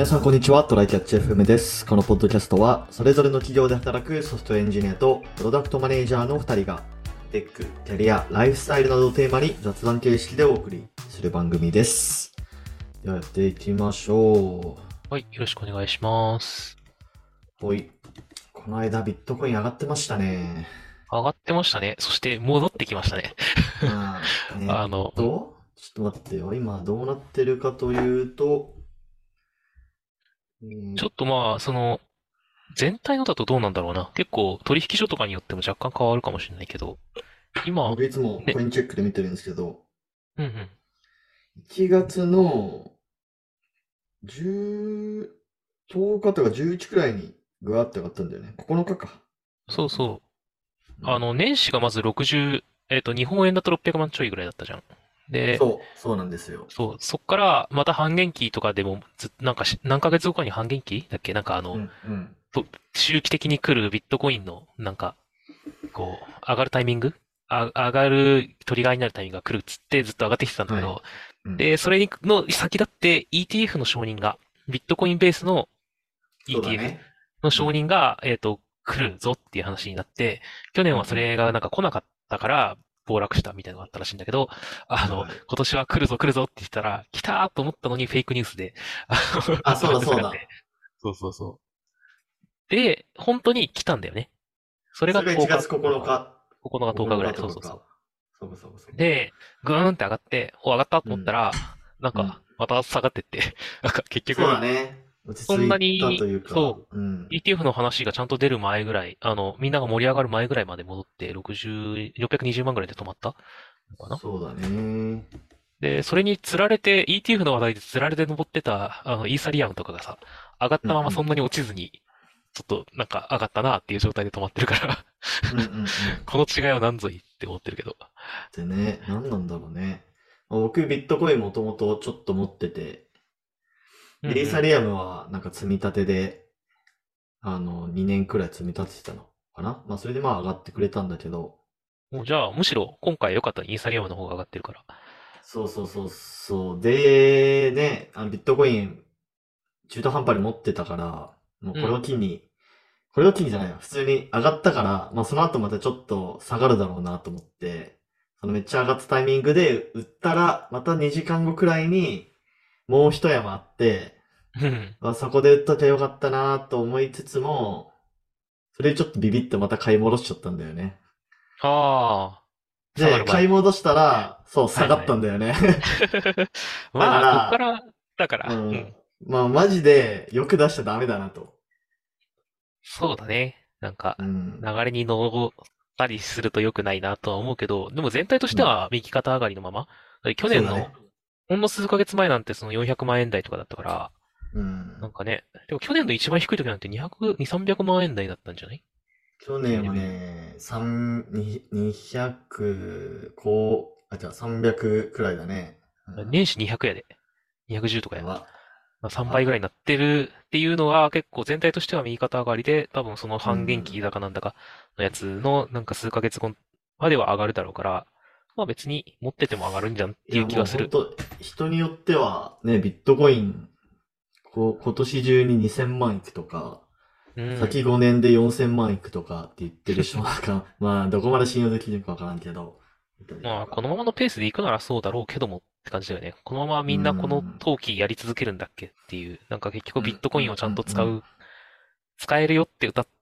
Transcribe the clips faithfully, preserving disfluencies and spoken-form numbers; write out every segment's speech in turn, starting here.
皆さんこんにちは、トライキャッチ エフエム です。このポッドキャストは、それぞれの企業で働くソフトウェアエンジニアとプロダクトマネージャーのふたりが、テック、キャリア、ライフスタイルなどをテーマに雑談形式でお送りする番組です。ではやっていきましょはい、よろしくお願いします。 う。ほい。この間ビットコイン上がってましたね。 上がってましたね。そして戻ってきましたね。 うん。えっあの、うんと、ちょっと待ってよ。今どうなってるかというと、えーちょっとまあ、その、全体のだとどうなんだろうな。結構取引所とかによっても若干変わるかもしれないけど、今、 僕いつもね、 コインチェックで見てるんですけど、 うんうん。 いちがつのじゅう、とおかとかじゅういちくらいにぐわって上がったんだよね。ここのかか。 そうそう。 うん。 あの、年始がまずろくじゅう、えっと、日本円だとろっぴゃくまんちょいぐらいだったじゃん。で、 そう、そうなんですよ。 そう、そっからまた半減期とかでもず、なんかし、何ヶ月後かに半減期だっけなんかあの、 うん、うん。 と周期的に来るビットコインの、なんか、こう、上がるタイミングあ、上がるトリガーになるタイミングが来るっつってずっと上がってきてたんだけはい。 ど、 うん。 で、それにの先立って イーティーエフ の承認が、ビットコインベースのそうだイーティーエフね。 の承うん。 認が、えっと、来るぞっていう話になって、去年はそうん、 れがなんか来なかったから暴落したみたいなのがあったらしいんだけど、あうん。 の、 はい。 今年は来るぞ来るぞって言ったら、来たーと思ったのにフェイクニュースで、あの、 あ、そうだ、 ずっと下がって。 そうだ。 そうそうそう。で、本当に来たんだよね。それがそれが1 10日月9 とか、 日、 ここのが10 9 日ぐらい。 日とそうそうそう。 かか。そうか、そうか、そうか。 で、ぐーんって上がって、お、上がったとうん。 思ったら、なんうん。 か、また下がってって、なんか結そうだ局、 ね。落ちそんな着いたとに、 いうか、 そう、 うん。 イーティーエフ の話がちゃんと出る前ぐらい、あの、みんなが盛り上がる前ぐらいまで戻って、ろくじゅう、ろっぴゃくにじゅうまんぐらいで止まったのかな。 そうだね。 で、それに釣られて、イーティーエフ の話題で釣られて登ってた、あの、イーサリアムとかがさ、上がっうん、うん。 たままそんなに落ちずに、ちょっと、なんか上がったなっていう状態で止まってるからうん、うん、うん。 この違いは何ぞいって思ってるけど。 でね、何なんだろうね。まあ僕、ビットコインもともとちょっと持ってて、で、イーサうんリアムはなんか積み立てで、あの、にねんくらい積み立ててたのかな。まあ、それでまあ上がってくれたんだけど、 うん。もうじゃあ、むしろ今回良かったね。イーサリアムの方が上がってるから。 そうそうそうそう。で、ね、あのビットコイン中途半端に持ってたから、もうこれをうん。 機に、これを機にじゃないよ。普通に上がったから、まあその後またちょっと下がるだろうなと思って、そのめっちゃ上がったタイミングで売ったら、またにじかんごくらいにもう一山あって、 うん。 まあ、そこで売っときゃよかったなと思いつつも、それでちょっとビビってまた買い戻しちゃったんだよね。 ああ、下がで、 る前に。 買い戻したら、そう、下がっはいはい。 たんだよね。だかまあ、こっから、 ら、だから、ううん。 ん。 まあ、マジで、欲出しちゃダメだなと。 そうだね。なんか、 うん。 流れに乗ったりすると良くないなとは思うけど、でも全体としうん。 ては右肩上がりのまま。去年の、 そうだね。 ほんの数ヶ月前なんてそのよんひゃくまん円台とかだったから、 うん。 なんかね、でも去年の一番低い時なんてにひゃく、に、さんびゃくまん円台だったんじゃないっ去年はていうレベル。 ね、三、に、にひゃく、こう、あ、じゃあさんびゃくくらいだね。うん。 年始にひゃくやで。にひゃくじゅうとかや。 やば。 まあ、3 やば。 倍ぐらいになってるっていうのは結構全体としては右肩上がりで、多分そのう半減期ん。 高なんだかのやつのなんか数ヶ月後までは上がるだろうから、まあ別に持ってても上がるんじゃんっていいや、 う気がする。 もうほんと、人によっては、ね、ビットコイン、こう、今年中ににせんまんいくとか、 うん。 先ごねんでよんせんまんいくとかって言ってる人もなんか、まあ、どこまで信用できるかわからんけど、いたりとまあこか。 のままのペースで行くならそうだろうけどもって感じだよね。このままうーみんなこのん。 投機やり続けるんだっけっていう、なんか結局うん、 ビットうん、 コインをちゃんうん、うん。 と使う、使えるよって歌って、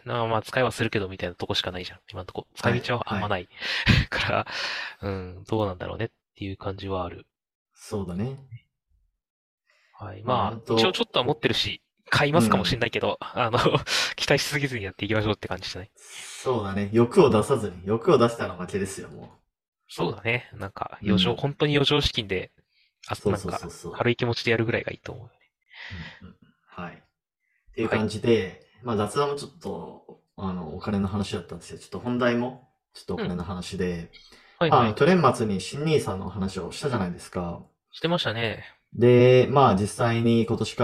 まあまあ使いはするけどみたいなとこしかないじゃん。今のとこ。使はい、 い道はあんはい。 まないから、うん、どうなんだろうねっていう感じはある。 そうだね。 はい。 まあ、ほまあ、一応んと、 ちょっとは持ってるし、買いますかもしれうん。 ないけど、あの期待しすぎずにやっていきましょうって感じじゃない。 そうだね。欲を出さずに。欲を出したら負けですよ、もそうだね。なんか、 う。う余剰、 ん。 本当に余剰資金で、あ、 そうそうそうなんか、 そ軽い気持ちでやるぐらいがいいと思うよね。 う。うん、うん。はい。っていうはい。 感じで、まあ雑談もちょっと、あの、お金の話だったんですけど、ちょっと本題も、ちょっとおうん。 金の話で、まあ、あの、 はいはい。 去年末に新ニーサの話をしたじゃないですか。 してましたね。 で、まあ実際に今年から、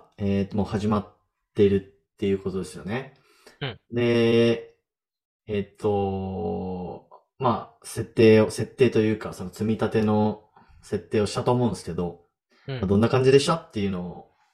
えっと、もう始まっているっていうことですよね。 うん。 で、えっと、まあ、設定を、設定というか、その積み立ての設定をしたと思うんですけど、 うん。 まあどんな感じでしたっていうのを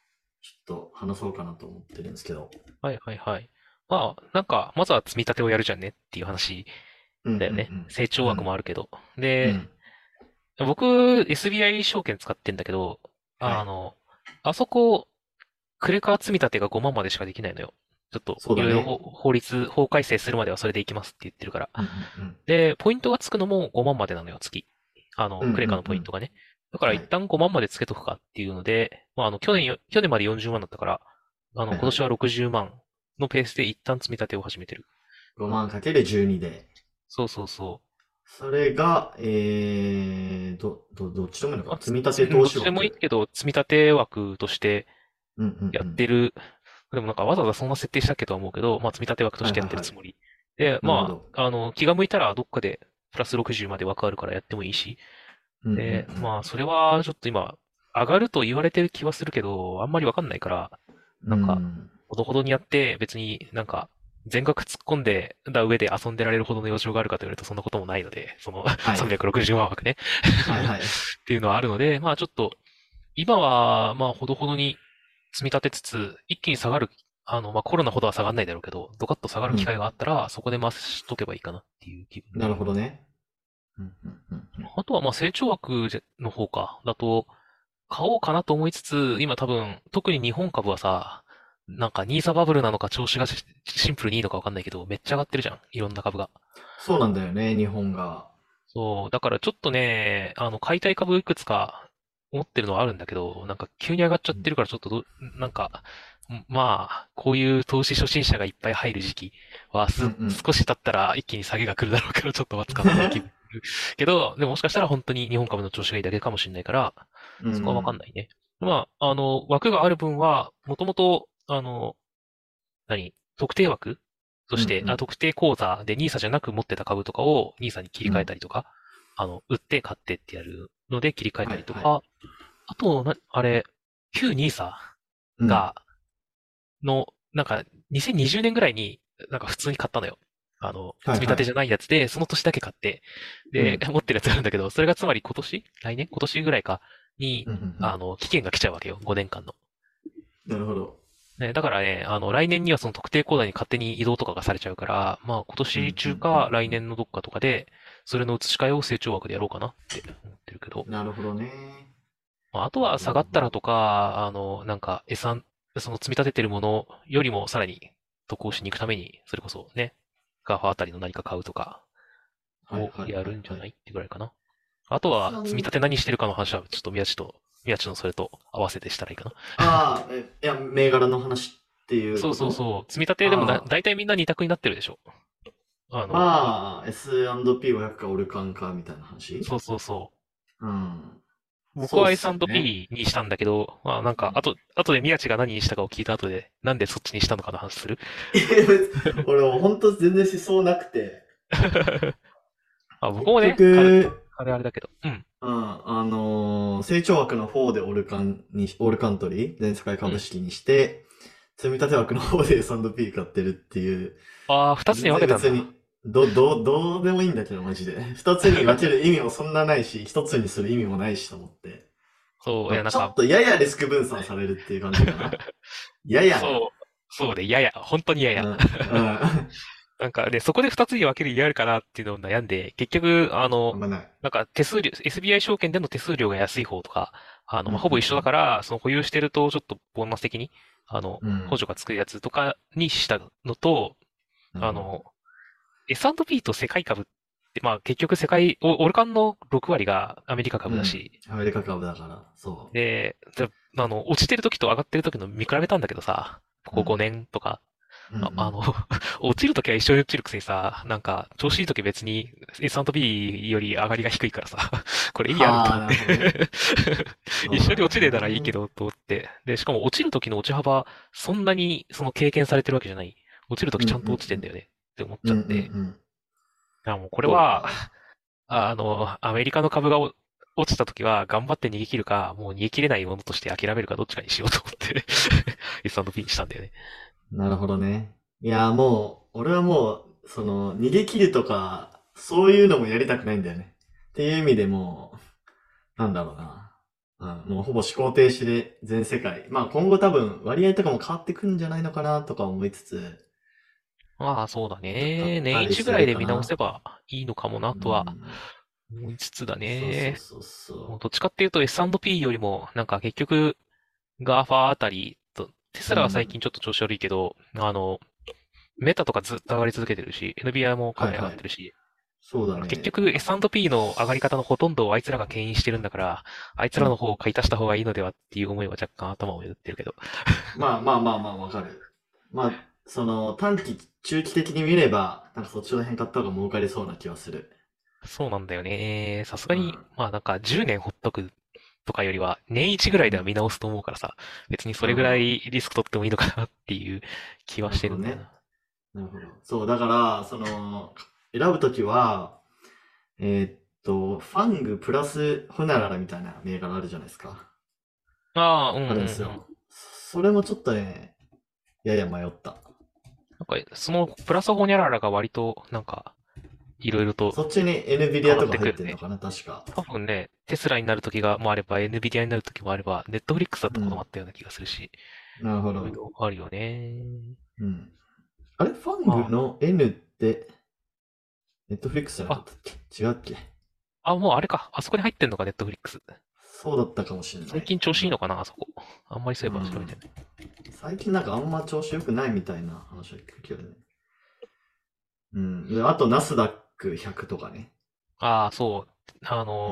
ちょっと話そうかなと思ってるんですけど。 はいはいはい。まあ、なんか、まずは積み立てをやるじゃんねっていう話うんだよね。 うん成長うん。うん。 枠もあるけど。で、 うん。 僕、エスビーアイ 証券使ってんだけど、 はい。 あの、あそこ、クレカ積み立てがごまんまでしかできないのよ。ちょっと、いろいろ法そうだね。 法律、法改正するまではそれでいきますって言ってるから。 うんうんで、ポイントがつくのもごまんまでなのよ、月。あの、 うん。うんうクレカのんうん。 ポイントがね。だからはい。 一旦ごまんまでつけとくかっていうので、まあ、あの、去年よ、去年までよんじゅうまんだったから、あの、 はいはい。 今年はろくじゅうまんのペースで一旦積み立てを始めてる。 ごまんかけるじゅうにで。 そうそうそそれが、えー、ど、ど、どっちでもいいのう。まあ、 か。積つみ立て投つうんどっちでもいい資枠。 けど、積み立て枠としてうんうんやうん。 ってる。でもなんかわざわざそんな設定したっけとは思うけど、まあ、積み立て枠としてやっはいはいはい。 てるつもり。で、まなるほど。 あ、あの、気が向いたらどっかでプラスろくじゅうまで枠あるからやってもいいし。 うんうんうで、 ん。 まあ、それはちょっと今、上がると言われてる気はするけど、あんまりわかんないから、 うなんか、 ん。 ほどほどにやって別になんか、全額突っ込んでた上で遊んでられるほどの余剰があるかと言われるとそんなこともないので、そのはい。 さんびゃくろくじゅうまん枠ねはいはい。 っていうのはあるので、まあちょっと、今は、まあほどほどに積み立てつつ、一気に下がる、あの、まあコロナほどは下がんないだろうけど、ドカッと下がる機会うん。 があったら、そこで回しとけばいいかなっていう気分なるでいる。 ほどね。うんうんうんうん。 あとはまあ成長枠の方か、だと、買おうかなと思いつつ、今多分、特に日本株はさ、なんかニーサバブルなのか調子がシシンプルにいいのかわかんないけど、めっちゃ上がってるじゃん。いろんな株が。 そうなんだよね、日本が。 そう、だからちょっとね、あの、買いたい株いくつか持ってるのはあるんだけど、なんか急に上がっちゃってるからちょっとど、なんか、まあ、こういう投資初心者がいっぱい入る時期はす、 うんうん。 少し経ったら一気に下げが来るだろうからちょっと待つかなっていう気分。けど、でももしかしたら本当に日本株の調子がいいだけかもしれないから、 うんうそこはわかんん。 ないね。まあ、あの、枠がある分は、もともと、あの、何特定枠として、あ、 うんうん。 特定口座でニーサじゃなく持ってた株とかをニーサに切り替えうん。 たりとか、あの、売って買ってってやるので切り替えはいはい。 たりとか、あと、な、あれ、旧ニーサうん。 が、の、なんか、にせんにじゅうねんぐらいに、なんか普通に買ったのよ。あの、 はいはい。 積み立てじゃないやつで、その年だけ買って、で、 うん。 持ってるやつがあるんだけど、それがつまり今年来年今年ぐらいかに、 うんうんうん。 あの、期限が来ちゃうわけよ。ごねんかんの。 なるほど。 ね、だからね、あの、来年にはその特定口座に勝手に移動とかがされちゃうから、まあ今うんう年中んうんか来うん。 年のどっかとかで、それの移し替えを成長枠でやろうかなって思ってるけど、 なるほどね。 まあ、あとは下がったらなるほど。 とか、あの、なんか エスワン、その積み立ててるものよりもさらに得をしに行くために、それこそね、ガーファあたりの何か買うとかをはいはいやるんじゃはいはい。 ないってぐらいかな。あとは、積みさん、 立て何してるかの話は、ちょっと宮地と、宮地のそれと合わせてしたらいいかな。 ああ、え、いや、銘柄の話っていうそうこと？ そうそう。積み立てでもだ、 ああ、 大体みんな二択になってるでしょ。あの、 まあ、エスアンドピーごひゃく かオルカンかみたいな話。 そうそうそう。 うん。 僕はそうっすよね。 エスアンドピー にしたんだけど、まあなんか、あと、あとで宮地が何にしたかを聞いた後で、なんでそっちにしたのかの話する。 いや別俺もう本当全然思想なくて、 あ、僕結もね、金、 局、 金あれだけど。うん。 うん、あのー成長枠の方でオルカンに、オルカントリー、全世界うん。 株式にして、積み立て枠の方で エスアンドピー 買ってるっていう、 ああ、二つに全分けたんだ。 然別に、ど、ど、どうでもいいんだけど、マジで。二つに分ける意味もそんなないし、一つにする意味もないしと思って。 そう、いや、なんか、 まあちょっとややリスク分散されるっていう感じかな。ややね。 そう、そうで、やや、本当にやや。 うん、うん。 なんかね、そこで二つに分ける意味あるかなっていうのを悩んで、結局、あの、 あんまない。 なんか手数料、エスビーアイ 証券での手数料が安い方とか、あの、 うん、うまあ、ほぼ一緒だかん、 ら、その保有してるとちょっとボーナス的に、あの、 うん。うん。 補助がつくやつとかにしたのと、 なるほど。 あの、エスアンドピー と世界株って、まあ結局世界、オオルカンのろく割がアメリカうん。 株だし、 アメリカ株だから、そで、であの、落ちてる時と上がってる時の見比べたんだけどさ、こう。うこん。 ごねんとか、 うん、うあ、あん。 の、落ちる時は一緒に落ちるくせにさ、なんか、調子いい時別に エスアンドピー より上がりが低いからさ、これ意味あるとはあ、 思ってなるほどね。 一緒にそうだよ落ちれたらいいけね。 ど、と思って。で、しかも落ちる時の落ち幅、そんなにその経験されてるわけじゃない。落ちる時うん、うちゃんと落ちてんん、 だよねって思っうん。うん、うん、 ちゃって。 うん。 いや、もうこれは、 そうか。 あの、アメリカの株がお落ちた時は頑張って逃げ切るか、もう逃げ切れないものとして諦めるかどっちかにしようと思って エスアンドピー にしたんだよね。 なるほどね。いや、もう、俺はもう、その、逃げ切るとか、そういうのもやりたくないんだよね。っていう意味でもう、なんだろうな。 うん、もうほぼ思考停止で全世界。まあ今後多分割合とかも変わってくるんじゃないのかなとか思いつつ、 まあそうだだだっね。年たりす一ぐらいで見直せるかな。 ばいいのかもなうとはん。 思いつつだそうそうね。 そうそもうどっちかっていうと エスアンドピー よりも、なんか結局、ガーファーあたりと、テスう。うラは最近ん。 ちょっと調子悪いけど、あの、メタとかずっと上がり続けてるし、エヌビーアイ もかなり上がはいはい。 ってるし、 そうだね。 結局 エスアンドピー の上がり方のほとんどをあいつらが牽引してるんだから、あいつうん。 らの方を買い足した方がいいのではっていう思いは若干頭をよってるけど。 まあまあまあまあわかる。まあ、その短期、中期的に見れば、なんかそっちの辺買った方が儲かりそうな気はする。 そうなんだよね。さすがに、 うん。 まあなんかじゅうねんほっとくとかよりは、年一ぐらいうん。 では見直すと思うからさ、別にそれぐらなるほど。 いリスク取ってもいいのかなっていう気はなるしてほどね。 るんだよな。 なるほど。そう、だから、その、選ぶときは、えーっと、ファングプラスホナララみたいな銘柄あるじゃないですか。 ああ、うんうんうあるんですん。 よ。それもちょっとね、やや迷った。 なんか、そのプラスホニャララが割と、なんか、いろいろとそっちに変 NVIDIA わっとかてくるね。 入ってんのかな、確か。 多分ね、テスラになる時がもあれば、エヌビディア になる時もあれば、ネットフリックスだったこともあうん。 ったような気がするし、 なるほど。 いろいろあるよね。 うん。あれファングあの N って、ネットフリックスじゃなかあ、 ったっけ？違うっけ？ あ、もうあれか。あそこに入ってんのか、ネットフリックス。 そうだったかもしれない。 最近調子いいうん。 のかな、あそこ。あんまりそういえば調べてうん。 ない。 最近なんかあんま調子良くないみたいな話を聞くけどね。うん。で、あとナスダックひゃくとかね。 ああ、そう。あの、 うん。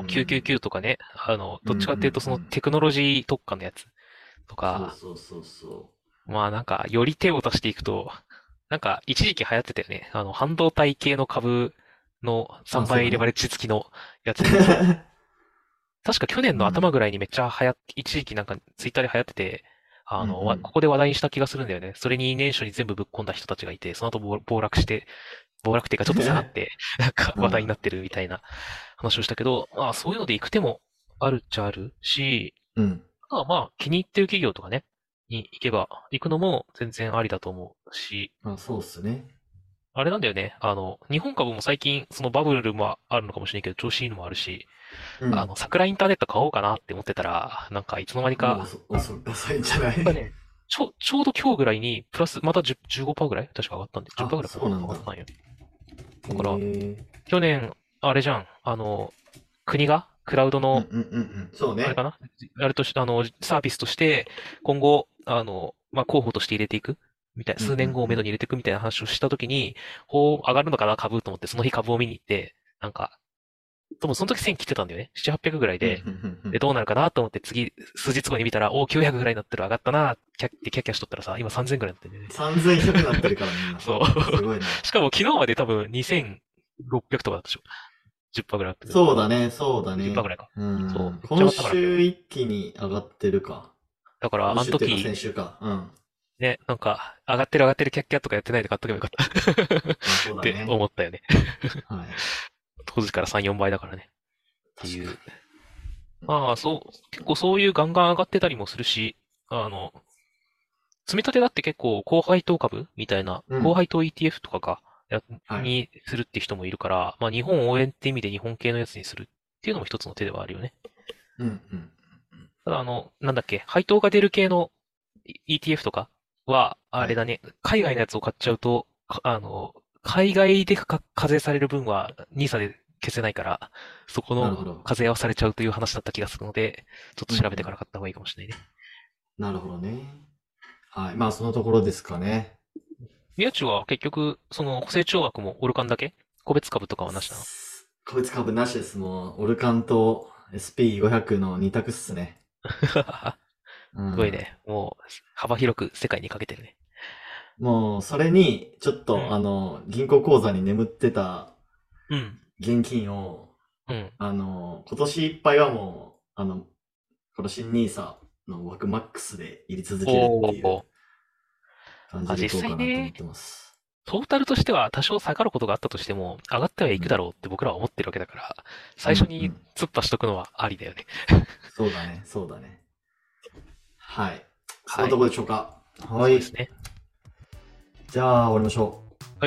きゅうひゃくきゅうじゅうきゅうとかね。あの、 うんうんどっちかっていうとそうん。 のテクノロジー特化のやつとそうか、 そうそうそまあなんか、より手を出していくと、なんか、一時期流行ってたよね。あの、半導体系の株のう。あ、 3 そうだね。 倍レバレッジ付きのやつで、確か去年の頭うん。 ぐらいにめっちゃ流行っ、一時期なんかツイッターで流行ってて、あうんうの、わこん。 こで話題にした気がするんだよね。それに年初に全部ぶっ込んだ人たちがいて、その後暴暴落して、暴落っていうかちょっと下がって、なんかうん。 話題になってるみたいな話をしたけど、まあそういうので行く手もあるっちゃあるし、 うん。 あとはまあ気に入ってる企業とかね、に行けば、行くのも全然ありだと思うし、 まあ、そうっすね。 あれなんだよね。あの、日本株も最近、そのバブルもあるのかもしれないけど、調子いいのもあるし、 うん。 あの、桜インターネット買おうかなって思ってたら、なんかいつの間にか、 もう遅、遅遅いんじゃない？ なんかね、ちょ、ちょうど今日ぐらいに、プラス、また10、じゅうごパーセントぐらい確か上がったんで、 あ、 じゅっパーセントぐらいかなそうなんだ。 上がったんよ。 へだから、 え。 去年、あれじゃん、あの、国が、クラウドの、 うんうんうんうん。そうね。 あれかなあれとし、あの、サービスとして、今後、あの、まあ、候補として入れていくみたいな、 うんう数年後をめどんに入れていくみたいな話をしたときに、ほう、上がるのかな株と思って、その日株を見に行って、なんか、でもその時せん切ってたんだよね。ななひゃく、はっぴゃくぐらいうん。うんうで、で、 んうんうん。 どうなるかなと思って次、数日後に見たら、おー、きゅうひゃくぐらいになってる、上がったな、キャッキャッキャしとったらさ、今さんぜんぐらいになってるんだよね。 さんぜんひゃくになってるからみんな。 そう。 すごいな。 しかも昨日まで多分にせんろっぴゃくとかだったでしょ。じゅっパーセントぐらいだったけど。 そうだね、そうだじゅっパーセントぐね。 らいか。 うそう。 ん。 めっちゃ上今がったからね。 週一気に上がってるか。 だから、あの今週っていうか時、 先週か。うん。 ね、なんか、上がってる上がってるキャッキャとかやってないで買っとけばよかったまあそってうだね。 思ったよね。 はい。 当時からさん、よんばいだからね。って確かいう。まあ、そう、結構そういうガンガン上がってたりもするし、あの、積み立てだって結構高配当株みたいな、 に。うん。 高配当 イーティーエフ とかが、や、 はい。 にするって人もいるから、まあ日本応援って意味で日本系のやつにするっていうのも一つの手ではあるよね。 うんうん。 ただあの、なんだっけ、配当が出る系の イーティーエフ とかは、あはい。 れだね、海外のやつを買っちゃうと、かあの、海外でか課税される分は ニーサ で消せないから、そこのなるほど。 課税はされちゃうという話だった気がするので、ちょっとうんうん。 調べてから買った方がいいかもしれないね。 なるほどね。はい。まあそのところですかね。 宮地は結局、その補正徴額もオルカンだけ個別株とかはなしなの？ こいつ株なしです。もう、オルカンと エスピーごひゃく の二択っすね。うん。 すごいね。もう、幅広く世界にかけてるね。 もう、それに、ちょっと、 うん。 あの、銀行口座に眠ってたうん。 現金を、 うん。 あの、今年いっぱいはもう、あの、この新ニーサの枠マックスで入り続けるっていうおー。まあ感じでいこうかなと思っ実際ね、 てます。 トータルとしては多少下がることがあったとしても、上がってはいうん。 くだろうって僕らは思ってるわけだから、 うん、 最初にうん。 突っ走しとくのはありだよね。 そうだね、そうだね。はい。そんはい。 なところでしょうか。はい。 そうですね。 じゃあ、終わりましょう。 はい。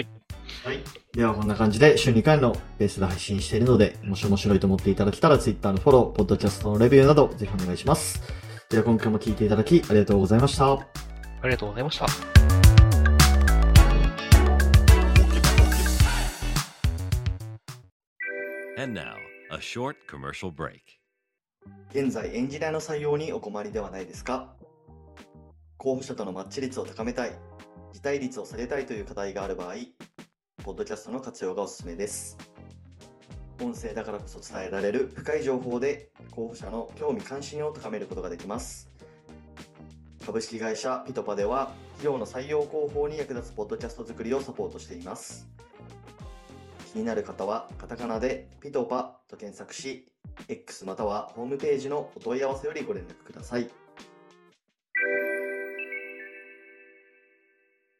はい。ではこんな感じで週にかいのペースで配信しているので、もし面白いと思っていただけたら Twitter のフォロー、ポッドキャストのレビューなどぜひお願いします。では今回も聞いていただきありがとうございました。 ありがとうございました。 And now, a short commercial break. 現在エンジニアの採用にお困りではないですか？候補者とのマッチ率を高めたい、辞退率を下げたいという課題がある場合、ポッドキャストの活用がおすすめです。音声だからこそ伝えられる深い情報で候補者の興味関心を高めることができます。株式会社ピトパでは企業の採用広報に役立つポッドキャスト作りをサポートしています。気になる方はカタカナでピトパと検索し、X またはホームページのお問い合わせよりご連絡ください。